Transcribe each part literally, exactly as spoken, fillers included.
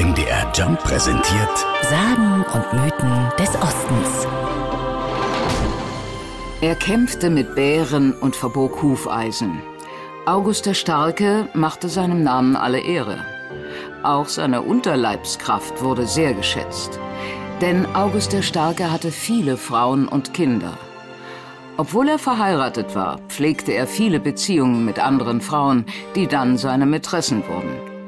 M D R Jump präsentiert Sagen und Mythen des Ostens. Er kämpfte mit Bären und verbog Hufeisen. August der Starke machte seinem Namen alle Ehre. Auch seine Unterleibskraft wurde sehr geschätzt. Denn August der Starke hatte viele Frauen und Kinder. Obwohl er verheiratet war, pflegte er viele Beziehungen mit anderen Frauen, die dann seine Mätressen wurden.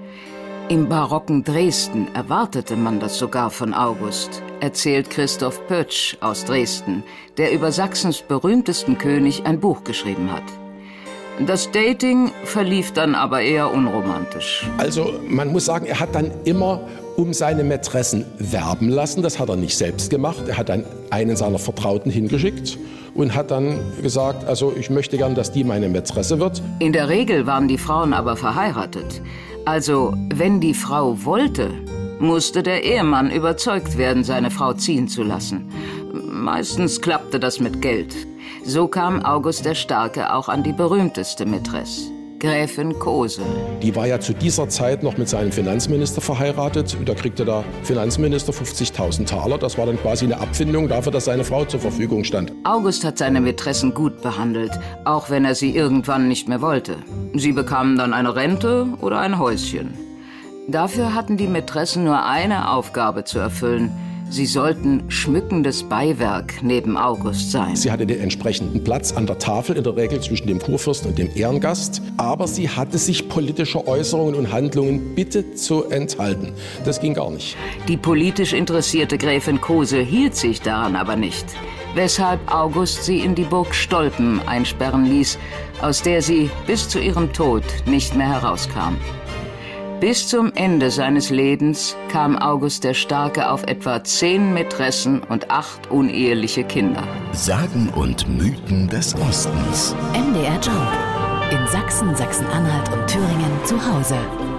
Im barocken Dresden erwartete man das sogar von August, erzählt Christoph Pötsch aus Dresden, der über Sachsens berühmtesten König ein Buch geschrieben hat. Das Dating verlief dann aber eher unromantisch. Also man muss sagen, er hat dann immer um seine Mätressen werben lassen. Das hat er nicht selbst gemacht. Er hat dann einen seiner Vertrauten hingeschickt und hat dann gesagt, also ich möchte gern, dass die meine Mätresse wird. In der Regel waren die Frauen aber verheiratet. Also, wenn die Frau wollte, musste der Ehemann überzeugt werden, seine Frau ziehen zu lassen. Meistens klappte das mit Geld. So kam August der Starke auch an die berühmteste Mätresse, Gräfin Kosel. Die war ja zu dieser Zeit noch mit seinem Finanzminister verheiratet. Da kriegte der Finanzminister fünfzigtausend Taler. Das war dann quasi eine Abfindung dafür, dass seine Frau zur Verfügung stand. August hat seine Mätressen gut behandelt, auch wenn er sie irgendwann nicht mehr wollte. Sie bekamen dann eine Rente oder ein Häuschen. Dafür hatten die Mätressen nur eine Aufgabe zu erfüllen. Sie sollten schmückendes Beiwerk neben August sein. Sie hatte den entsprechenden Platz an der Tafel, in der Regel zwischen dem Kurfürsten und dem Ehrengast. Aber sie hatte sich politischer Äußerungen und Handlungen bitte zu enthalten. Das ging gar nicht. Die politisch interessierte Gräfin Kosel hielt sich daran aber nicht, weshalb August sie in die Burg Stolpen einsperren ließ, aus der sie bis zu ihrem Tod nicht mehr herauskam. Bis zum Ende seines Lebens kam August der Starke auf etwa zehn Mätressen und acht uneheliche Kinder. Sagen und Mythen des Ostens. M D R Jump. In Sachsen, Sachsen-Anhalt und Thüringen zu Hause.